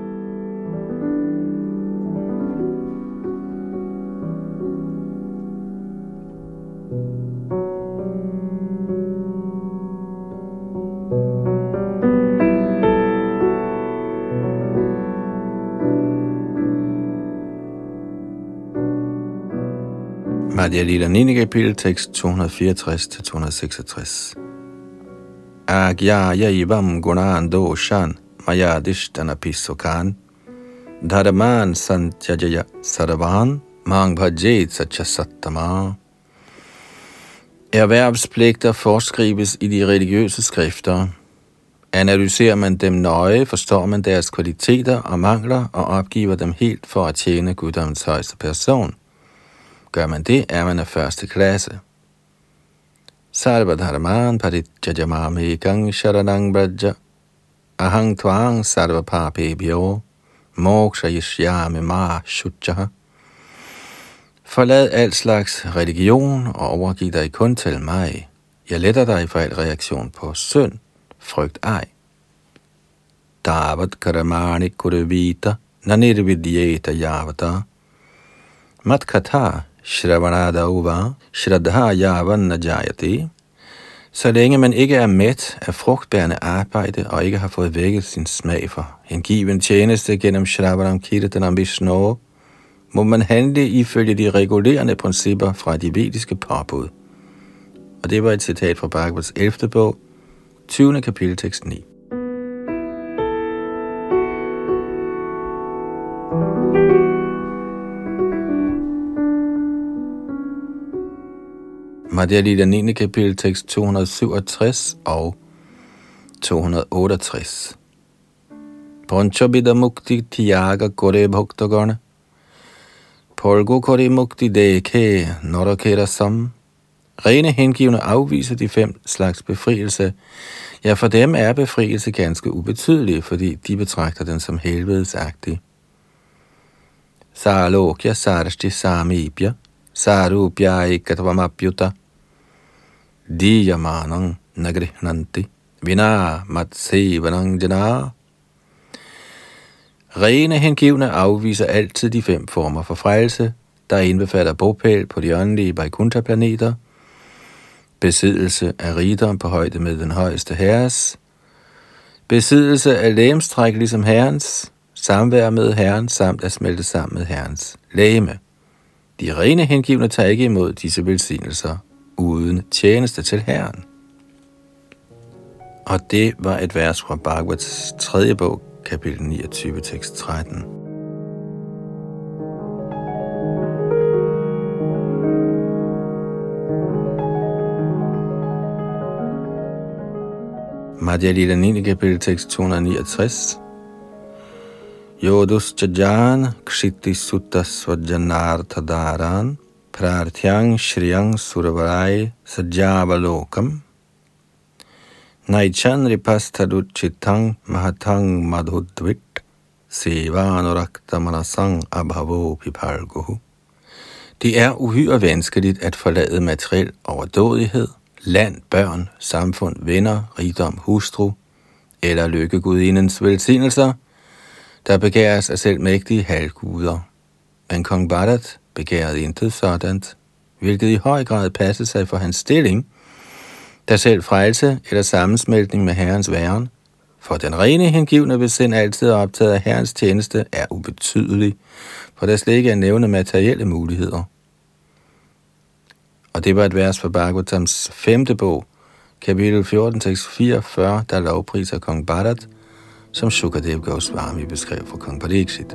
Madhya Lila niende kapitel, tekst to hundrede fireogtres til to hundrede seksogtres. Agyaya ivam gunan doshan mayadishtana pisokan dharman santyajaya sarvan mang bhajet sachasattama. Erhvervspligter foreskrives i de religiøse skrifter. Analyserer man dem nøje, forstår man deres kvaliteter og mangler og opgiver dem helt for at tjene guddommens højeste person. Gør man det, er man af første klasse. Sarva dharman paritjajamame gang sharanang braja ahang tvang sarva papebhyo moksha yishyame ma shuchaha. Forlad al slags religion og overgiv dig kun til mig. Jeg letter dig for al reaktion på synd, frygt ej. Davat karamani kurevita nanirvidyeta yavata matkata Shravanadauva, Shraddha Yavan Najayati. Så længe man ikke er mæt af frugtbærende arbejde og ikke har fået vækket sin smag for hengiven tjeneste gennem Shravanam Kirtanam Vishnu, må man handle ifølge de regulerende principper fra de vediske påbud. Og det var et citat fra Bhagavats ellevte bog, tyvende kapitel, tekst ni. Madhya Lila niende kapitel, tekst to hundrede syvogtres og to hundrede otteogtres. Panchabida mukti tiyaga kore bhaktagana polgo kore mukti dekhe narakera sam. Rene hengivne afviser de fem slags befrielse. Ja, for dem er befrielse ganske ubetydelig, fordi de betragter den som helvedesagtig. Salokya sarashti samibya sarupya ekatvamapyuta diyamanang nagrihnanti vina matsevanang jana. Rene hengivne afviser altid de fem former for frelse, der indbefatter bopæl på de åndelige Vaikuntha-planeter, besiddelse af rigdom på højde med den højeste herres, besiddelse af legemstræk ligesom herrens, samvær med herren samt at smelte sammen med herrens legeme. De rene hengivne tager ikke imod disse velsignelser uden tjeneste til herren. Og det var et vers fra Bhagavats tredje bog, kapitel niogtyve, tekst tretten. Madhya Lila niende kapitel, tekst to hundrede niogtres. Yodus jajan kshiti sutta svajanartha dharan prarthyang shriyang suravarai sajavalokam naichan ripastadut chittang mahatang madhudvit sevanurakta manasang abhavo pipalguhu. Det er uhyre vanskeligt at forlade materiel overdådighed, land, børn, samfund, venner, rigdom, hustru eller lykkegudindens velsignelser, der begæres af selv mægtige halvguder. Men kong Bharat begærede intet sådant, hvilket i høj grad passede sig for hans stilling, da selv frelse eller sammensmeltning med herrens væren, for den rene hengivne ved sind altid er optaget af herrens tjeneste, er ubetydelig, for der slet ikke er nævne materielle muligheder. Og det var et vers fra Bhagavatams femte bog, kapitel fjorten, tekst fireogfyrre, der lovpriser kong Bharat, som Shukadev Goswami beskrev for kong Pariksit.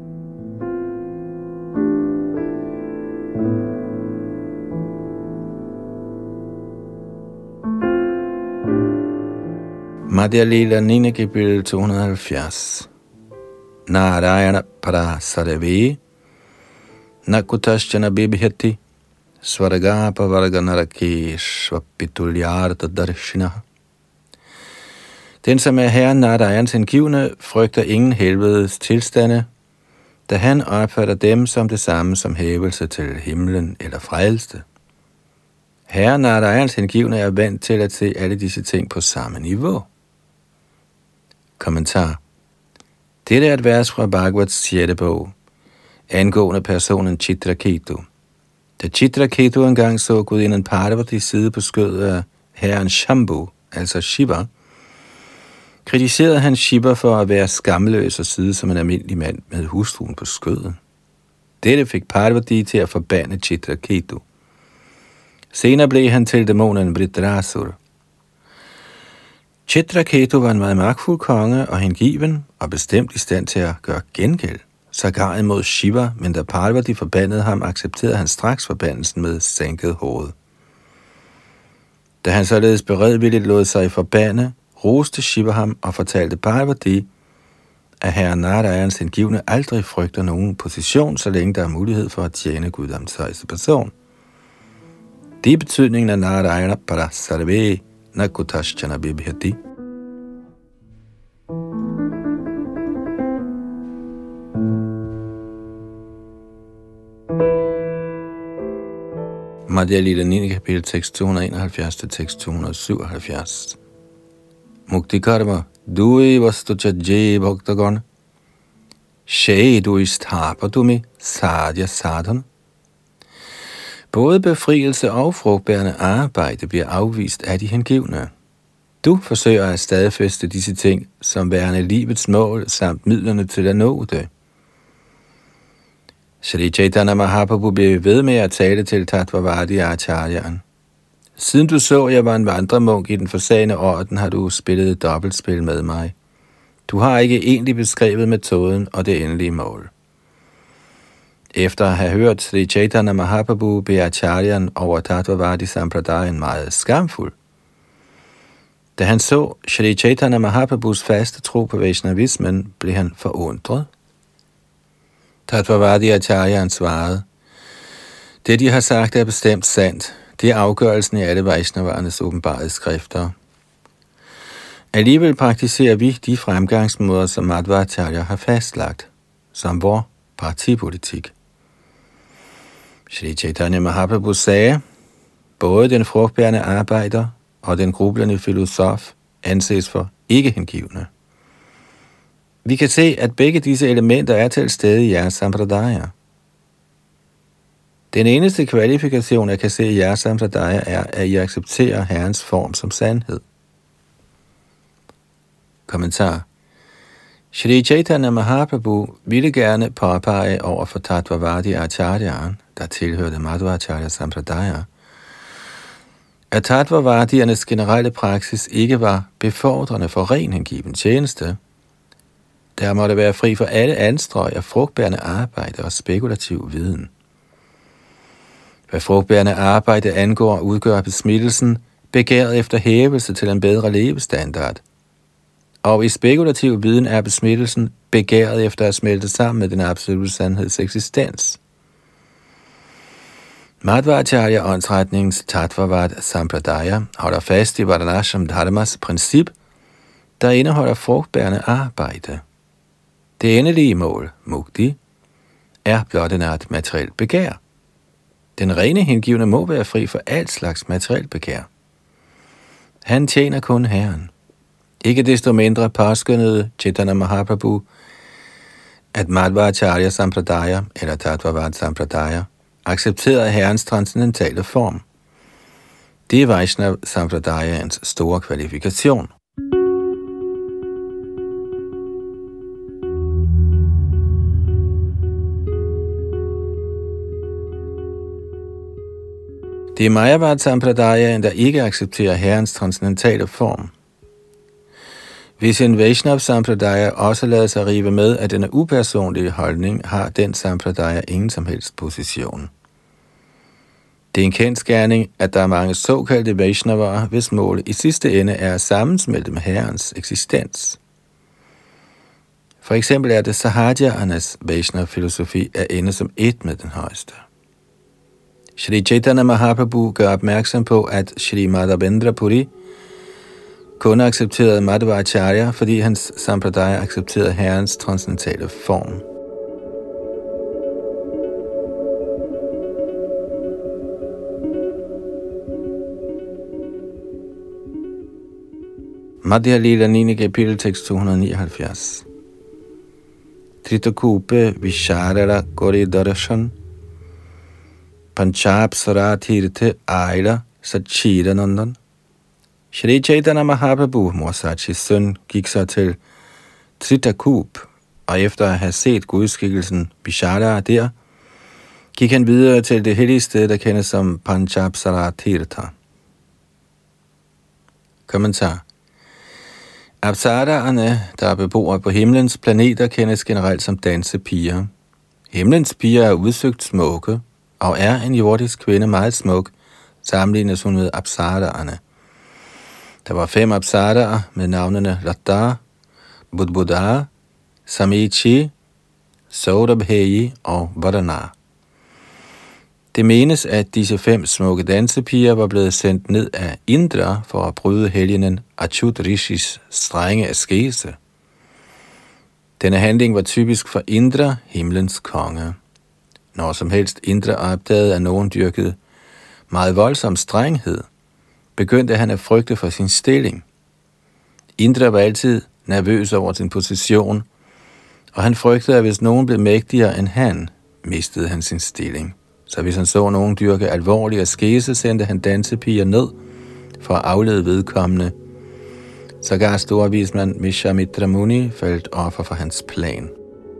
Madhya Lila niende kapitel to hundrede og halvfjerds. Narayana para sarve nakutashchana bibhyati svaragapa varga narakeshva pitulyarta darshina Den, som er herren Narayans hengivne, frygter ingen helvedes tilstande, da han opfatter dem som det samme som hævelse til himlen eller frelse. Herren Narayans hengivne er vant til at se alle disse ting på samme niveau. Kommentar. Dette er et vers fra Bhagavats sjette bog, angående personen Chitraketu. Da Chitraketu engang så gudinden Parvati sidde på skødet af herren Shambhu, altså Shiva, kritiserede han Shiva for at være skamløs og sidde som en almindelig mand med hustruen på skødet. Dette fik Parvati til at forbande Chitraketu. Senere blev han til dæmonen Vritrasura. Chitraketu var en meget magtfuld konge og hengiven og bestemt i stand til at gøre gengæld. Sågar imod Shiva, men da Parvati forbandede ham, accepterede han straks forbandelsen med sænket hoved. Da han således beredvilligt lod sig forbande, roste Shiva ham og fortalte Parvati, at herren Narayans hengivne aldrig frygter nogen position, så længe der er mulighed for at tjene guddoms højeste person. Det er betydningen af Narayana Parasarve Nakutaschana Bibhyati. Madhya Lila niende kapitel, tekst to hundrede og enoghalvfjerds til tekst to hundrede og syvoghalvfjerds. Mukti karma, dui vastu chajje bhaktagon, shai dui sthapadumi sadhya sadhan. Både befrielse og frugtbærende arbejde bliver afvist af de hengivne. Du forsøger at stadfæste disse ting som værende livets mål samt midlerne til at nå det. Shri Chaitanya Mahaprabhu blev ved med at tale til Tattvavadi Acharyaen. Siden du så, jeg var en vandremunk i den forsagende orden, har du spillet et dobbeltspil med mig. Du har ikke egentlig beskrevet metoden og det endelige mål. Efter at have hørt Shri Chaitanya Mahaprabhu blev Acharyaen over Tattvavadi Sampradayen meget skamfuld. Da han så Shri Chaitanya Mahaprabhus faste tro på Vaishnavismen, blev han forundret. Tattvavadi Acharyaen svarede, det de har sagt er bestemt sandt. Det er afgørelsen i alle Vaishnavarernes åbenbarede skrifter. Alligevel praktiserer vi de fremgangsmåder, som Madhvacharya har fastlagt, som vor partipolitik. Shri Chaitanya Mahaprabhu sagde, både den frugtbærende arbejder og den grublende filosof anses for ikke hengivne. Vi kan se, at begge disse elementer er til stede i jeres sampradaya. Den eneste kvalifikation, jeg kan se i jeres sampradaya, er, at I accepterer Herrens form som sandhed. Kommentar. Shri Chaitanya Mahaprabhu ville gerne påpege over for Tattvavadi Acharyaen, der tilhørte Madhvacharya Sampradaya, at Tattvavadiernes generelle praksis ikke var befordrende for ren hengiven tjeneste. Der måtte være fri for alle anstrøg af frugtbærende arbejde og spekulativ viden. Hvad frugtbærende arbejde angår, udgør besmittelsen begæret efter hævelse til en bedre levestandard. Og i spekulativ viden er besmittelsen begæret efter at smelte sammen med den absolute sandheds eksistens. Madhvacharya åndsretningens Tattvavad Sampradaya holder fast i Varnashram Dharmas princip, der indeholder frugtbærende arbejde. Det endelige mål, mukti, er blot en art materielt begær. Den rene hengivne må være fri for alt slags materielt begær. Han tjener kun Herren. Ikke desto mindre påskønnede Chaitanya Mahaprabhu, at Madhvacharya Sampradaya eller Tattvavad Sampradaya accepterede Herrens transcendentale form. Det er Vaishnav Sampradayans store kvalifikation. Det er Mayavad Sampradayaen, der ikke accepterer Herrens transcendentale form. Hvis en Vaishnav Sampradaya også lader sig rive med af denne upersonlige holdning, har den Sampradaya ingen som helst position. Det er en kendsgerning, at der er mange såkaldte Vaishnavaer, hvis mål i sidste ende er at sammensmelte med Herrens eksistens. For eksempel er det Sahajayanas Vaishnav-filosofi at ende som et med den højeste. Shri Chaitanya Mahaprabhu gør opmærksom på, at Shri Madhavendra Puri kun accepterede Madhvacharya, fordi hans sampradaya accepterede herrens transcendentale form. Madhya Lila niende kapitel, tekst to hundrede nioghalvfjerds. Tritakupe Visharara Gori Darshan Panchab Saratirthe Aila Sachidanandan. Shri Chaitanya Mahaprabhu, Morsachis søn, gik så til Tritakup, og efter at have set gudskikkelsen Visharara der, gik han videre til det hellige sted, der kendes som Panchab Saratirtha. Kommentar. Apsaraerne, der er beboere på himlens planeter, kendes generelt som dansepiger. Himlens piger er udsøgt smukke, og er en jordisk kvinde meget smuk, sammenlignes hun med apsaraerne. Der var fem apsaraer med navnene Radha, Budbudha, Samichi, Saurabheyi og Vadana. Det menes, at disse fem smukke dansepiger var blevet sendt ned af Indra for at bryde helgenen Achyut Rishis strenge askese. Denne handling var typisk for Indra, himlens konge. Når som helst Indra opdagede, at nogen dyrkede meget voldsom strenghed, begyndte han at frygte for sin stilling. Indra var altid nervøs over sin position, og han frygtede, at hvis nogen blev mægtigere end han, mistede han sin stilling. Så hvis han så nogen dyrke alvorlig askese, sendte han dansepiger ned for at aflede vedkommende. Sågar store vismand Vishwamitra Muni faldt offer for hans plan.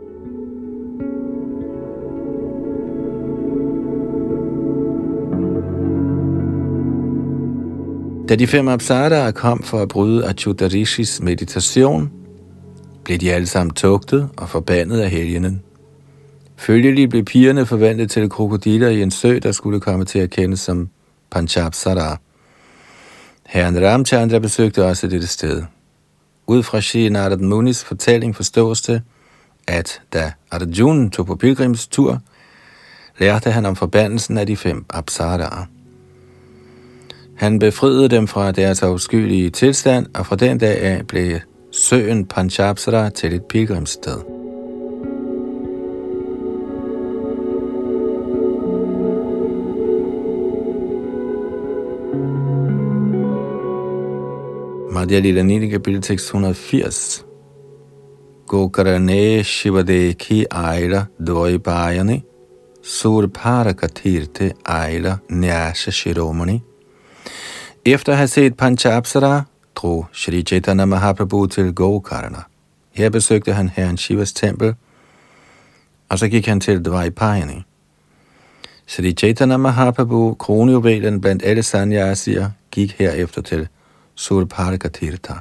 Da de fem apsaraer kom for at bryde Achyuta Rishis meditation, blev de alle sammen tugtet og forbandet af helgenen. Følgelig blev pigerne forvandlet til krokodiller i en sø, der skulle komme til at kendes som Panchabsara. Herren Ramchandra besøgte også dette sted. Ud fra Shri Narad Munis fortælling forstås det, at da Arjuna tog på pilgrimstur, lærte han om forbandelsen af de fem apsaraer. Han befriede dem fra deres afskyelige tilstand, og fra den dag af blev søen Panchabsara til et pilgrimssted. Madhya Lila niende kapitel, tekst et hundrede og firs. Gokarane Shivadeki Aila Dvaipayani Surparakatirte Aila Nyasha Shiromani. Efter at have set Panchabsara, drog Shri Chaitanya Mahaprabhu til Gokarna. Her besøgte han herren Shivas tempel, og så gik han til Dvaipayani. Shri Chaitanya Mahaprabhu, kronjuvelen blandt alle sannyasier, gik herefter til Surparakatirtha.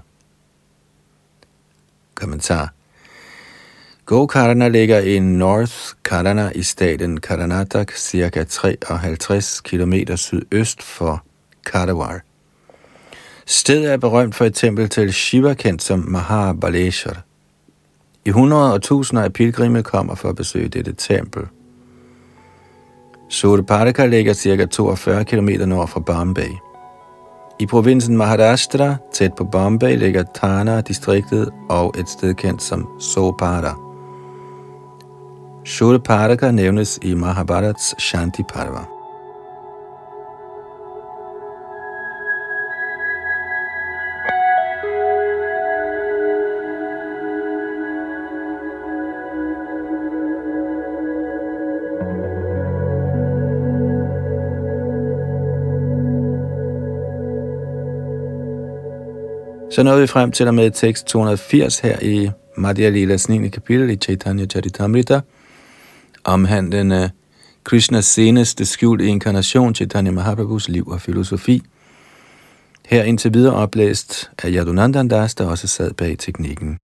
Kommentar. Gokarna ligger i North Karna i staten Karnataka, cirka treoghalvtreds kilometer sydøst for Karwar. Stedet er berømt for et tempel til Shiva, kendt som Mahabaleshwar. I hundreder og tusinder af pilgrimme kommer for at besøge dette tempel. Surparaka ligger cirka toogfyrre kilometer nord for Bombay. I provinsen Maharashtra, tæt på Bombay, ligger Thana-distriktet og et sted kendt som Sopara. Surparaka nævnes i Mahabharats Shanti Parva. Så nåede vi frem til og med tekst to hundrede og firs her i Madhya Lilas niende kapitel i Chaitanya Charitamrita, omhandlende Krishnas seneste skjulte inkarnation, Chaitanya Mahaprabhus liv og filosofi. Her indtil videre oplæst af Yadunandan Das, der også sad bag teknikken.